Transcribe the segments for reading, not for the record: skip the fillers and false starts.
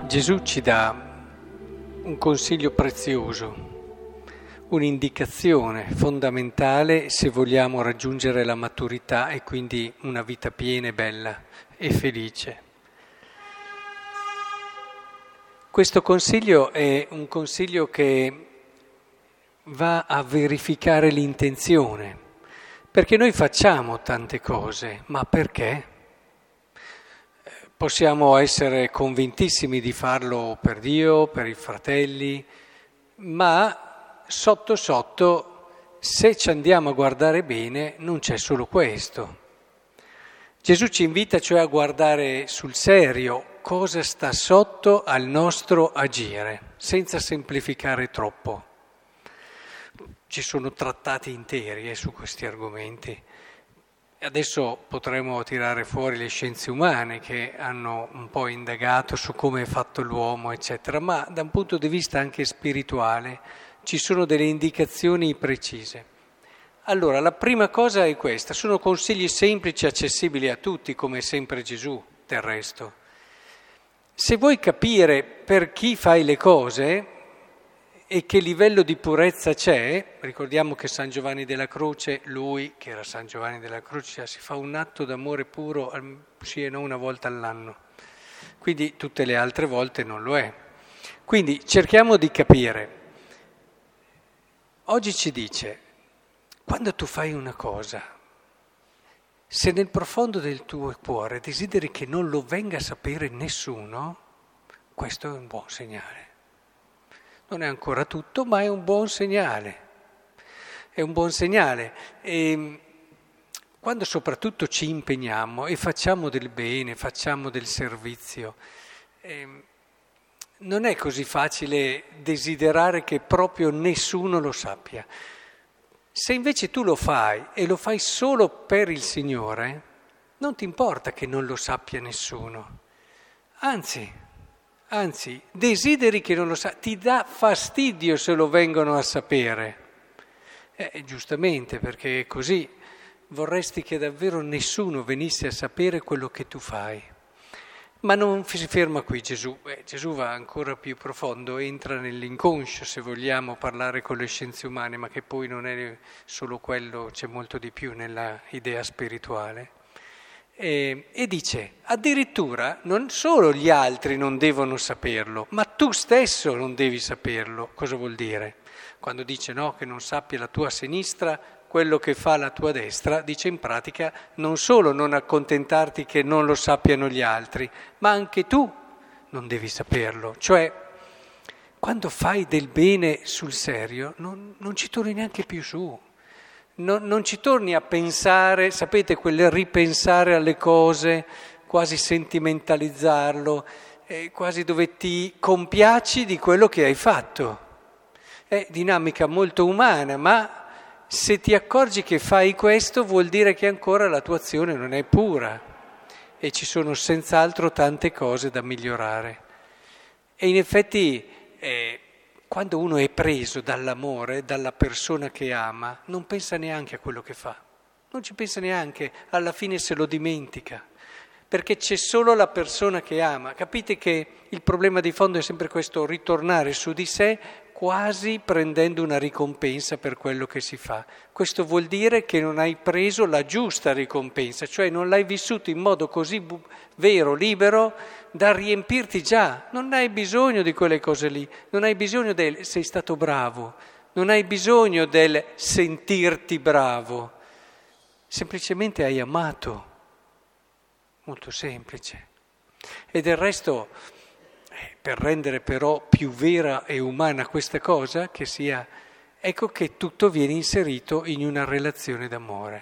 Gesù ci dà un consiglio prezioso, un'indicazione fondamentale se vogliamo raggiungere la maturità e quindi una vita piena e bella e felice. Questo consiglio è un consiglio che va a verificare l'intenzione, perché noi facciamo tante cose, ma perché? Possiamo essere convintissimi di farlo per Dio, per i fratelli, ma sotto sotto, se ci andiamo a guardare bene, non c'è solo questo. Gesù ci invita cioè a guardare sul serio cosa sta sotto al nostro agire, senza semplificare troppo. Ci sono trattati interi su questi argomenti. Adesso potremo tirare fuori le scienze umane che hanno un po' indagato su come è fatto l'uomo, eccetera, ma da un punto di vista anche spirituale ci sono delle indicazioni precise. Allora, la prima cosa è questa, sono consigli semplici, accessibili a tutti, come sempre Gesù, del resto. Se vuoi capire per chi fai le cose e che livello di purezza c'è, ricordiamo che San Giovanni della Croce, lui che era San Giovanni della Croce, si fa un atto d'amore puro sì e non una volta all'anno, quindi tutte le altre volte non lo è. Quindi cerchiamo di capire. Oggi ci dice, quando tu fai una cosa, se nel profondo del tuo cuore desideri che non lo venga a sapere nessuno, questo è un buon segnale. Non è ancora tutto, ma è un buon segnale. È un buon segnale. E quando soprattutto ci impegniamo e facciamo del bene, facciamo del servizio, non è così facile desiderare che proprio nessuno lo sappia. Se invece tu lo fai e lo fai solo per il Signore, non ti importa che non lo sappia nessuno. Anzi, desideri che non lo sa, ti dà fastidio se lo vengono a sapere. Giustamente, perché così vorresti che davvero nessuno venisse a sapere quello che tu fai. Ma non si ferma qui Gesù. Gesù va ancora più profondo, entra nell'inconscio, se vogliamo parlare con le scienze umane, ma che poi non è solo quello, c'è molto di più nella idea spirituale. E dice, addirittura non solo gli altri non devono saperlo, ma tu stesso non devi saperlo. Cosa vuol dire? Quando dice no, che non sappia la tua sinistra quello che fa la tua destra, dice in pratica non solo non accontentarti che non lo sappiano gli altri, ma anche tu non devi saperlo. Cioè, quando fai del bene sul serio, non ci torni neanche più su. Non ci torni a pensare, sapete, quel ripensare alle cose, quasi sentimentalizzarlo, quasi dove ti compiaci di quello che hai fatto. È dinamica molto umana, ma se ti accorgi che fai questo vuol dire che ancora la tua azione non è pura e ci sono senz'altro tante cose da migliorare. E in effetti quando uno è preso dall'amore, dalla persona che ama, non pensa neanche a quello che fa, non ci pensa neanche, alla fine se lo dimentica, perché c'è solo la persona che ama. Capite che il problema di fondo è sempre questo, ritornare su di sé quasi prendendo una ricompensa per quello che si fa. Questo vuol dire che non hai preso la giusta ricompensa, cioè non l'hai vissuto in modo così vero, libero, da riempirti già. Non hai bisogno di quelle cose lì, non hai bisogno del sei stato bravo, non hai bisogno del sentirti bravo, semplicemente hai amato, molto semplice. E del resto, per rendere però più vera e umana questa cosa, che sia, ecco che tutto viene inserito in una relazione d'amore.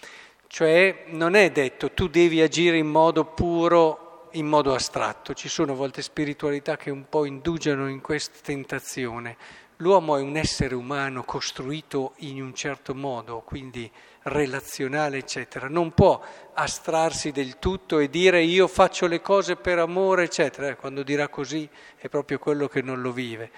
Cioè non è detto tu devi agire in modo puro, in modo astratto. Ci sono a volte spiritualità che un po' indugiano in questa tentazione. L'uomo è un essere umano costruito in un certo modo, quindi relazionale, eccetera. Non può astrarsi del tutto e dire io faccio le cose per amore, eccetera. Quando dirà così è proprio quello che non lo vive.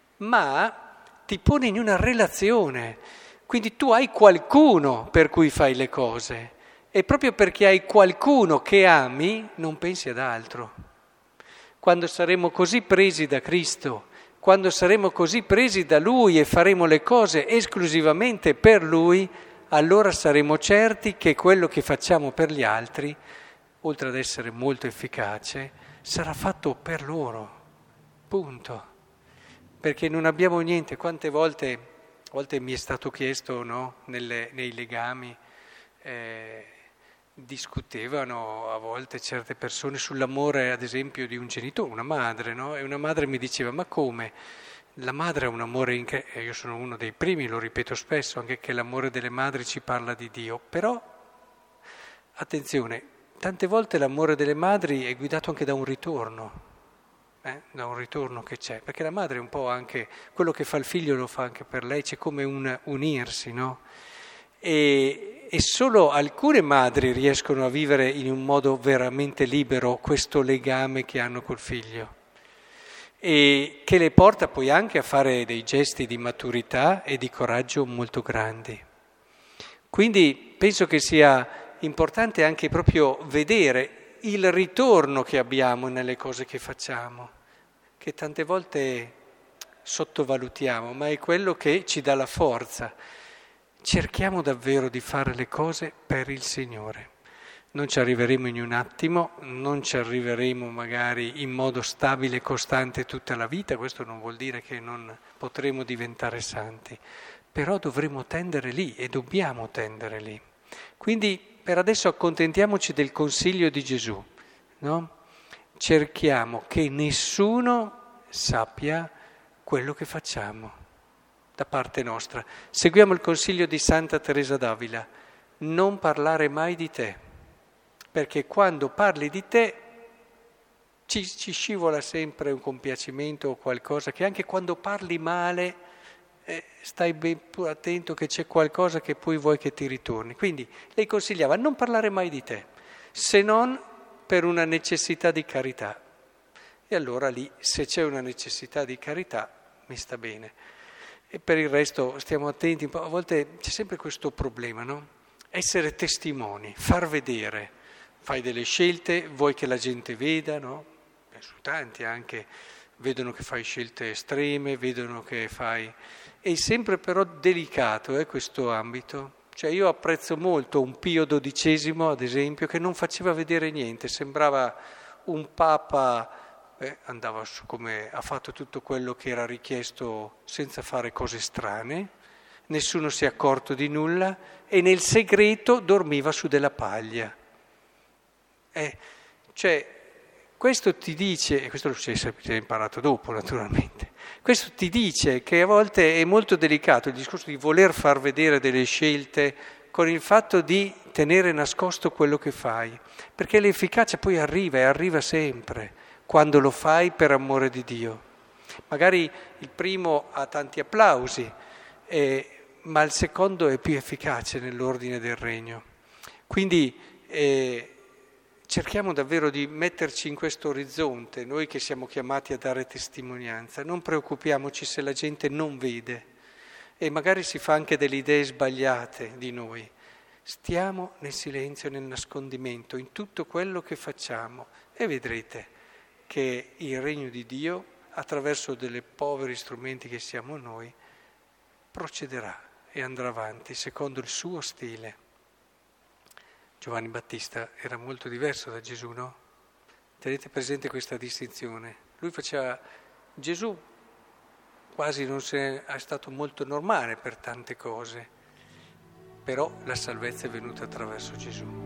Ma ti pone in una relazione, quindi tu hai qualcuno per cui fai le cose e proprio perché hai qualcuno che ami non pensi ad altro. quando saremo così presi da Cristo, quando saremo così presi da Lui e faremo le cose esclusivamente per Lui, allora saremo certi che quello che facciamo per gli altri, oltre ad essere molto efficace, sarà fatto per loro. Punto. Perché non abbiamo niente. Quante volte mi è stato chiesto, no, nei legami, discutevano a volte certe persone sull'amore, ad esempio, di un genitore, una madre, no? E una madre mi diceva: ma come? La madre ha un amore incredibile, io sono uno dei primi, lo ripeto spesso, anche che l'amore delle madri ci parla di Dio, però, attenzione, tante volte l'amore delle madri è guidato anche da un ritorno che c'è, perché la madre è un po' anche, quello che fa il figlio lo fa anche per lei, c'è come un unirsi, no? E solo alcune madri riescono a vivere in un modo veramente libero questo legame che hanno col figlio, e che le porta poi anche a fare dei gesti di maturità e di coraggio molto grandi. Quindi penso che sia importante anche proprio vedere il ritorno che abbiamo nelle cose che facciamo, che tante volte sottovalutiamo, ma è quello che ci dà la forza. Cerchiamo davvero di fare le cose per il Signore. Non ci arriveremo in un attimo, non ci arriveremo magari in modo stabile e costante tutta la vita, questo non vuol dire che non potremo diventare santi, però dovremo tendere lì e dobbiamo tendere lì. Quindi per adesso accontentiamoci del consiglio di Gesù, no? Cerchiamo che nessuno sappia quello che facciamo da parte nostra. Seguiamo il consiglio di Santa Teresa d'Avila: non parlare mai di te, perché quando parli di te ci scivola sempre un compiacimento o qualcosa che anche quando parli male stai ben attento che c'è qualcosa che poi vuoi che ti ritorni. Quindi lei consigliava: non parlare mai di te, se non per una necessità di carità. E allora lì, se c'è una necessità di carità, mi sta bene. E per il resto stiamo attenti, a volte c'è sempre questo problema, no? Essere testimoni, far vedere, fai delle scelte, vuoi che la gente veda, no? Su tanti anche vedono che fai scelte estreme, vedono che fai... È sempre però delicato questo ambito. Cioè io apprezzo molto un Pio XII, ad esempio, che non faceva vedere niente, sembrava un papa... andava su come ha fatto tutto quello che era richiesto senza fare cose strane, nessuno si è accorto di nulla e nel segreto dormiva su della paglia. Cioè, questo ti dice, e questo si è imparato dopo naturalmente, questo ti dice che a volte è molto delicato il discorso di voler far vedere delle scelte con il fatto di tenere nascosto quello che fai, perché l'efficacia poi arriva e arriva sempre quando lo fai per amore di Dio. Magari il primo ha tanti applausi, ma il secondo è più efficace nell'ordine del regno. Quindi cerchiamo davvero di metterci in questo orizzonte, noi che siamo chiamati a dare testimonianza. Non preoccupiamoci se la gente non vede e magari si fa anche delle idee sbagliate di noi. Stiamo nel silenzio, nel nascondimento, in tutto quello che facciamo e vedrete che il regno di Dio, attraverso dei poveri strumenti che siamo noi, procederà e andrà avanti secondo il suo stile. Giovanni Battista era molto diverso da Gesù, no? Tenete presente questa distinzione. Lui faceva... Gesù quasi non è stato molto normale per tante cose, però la salvezza è venuta attraverso Gesù.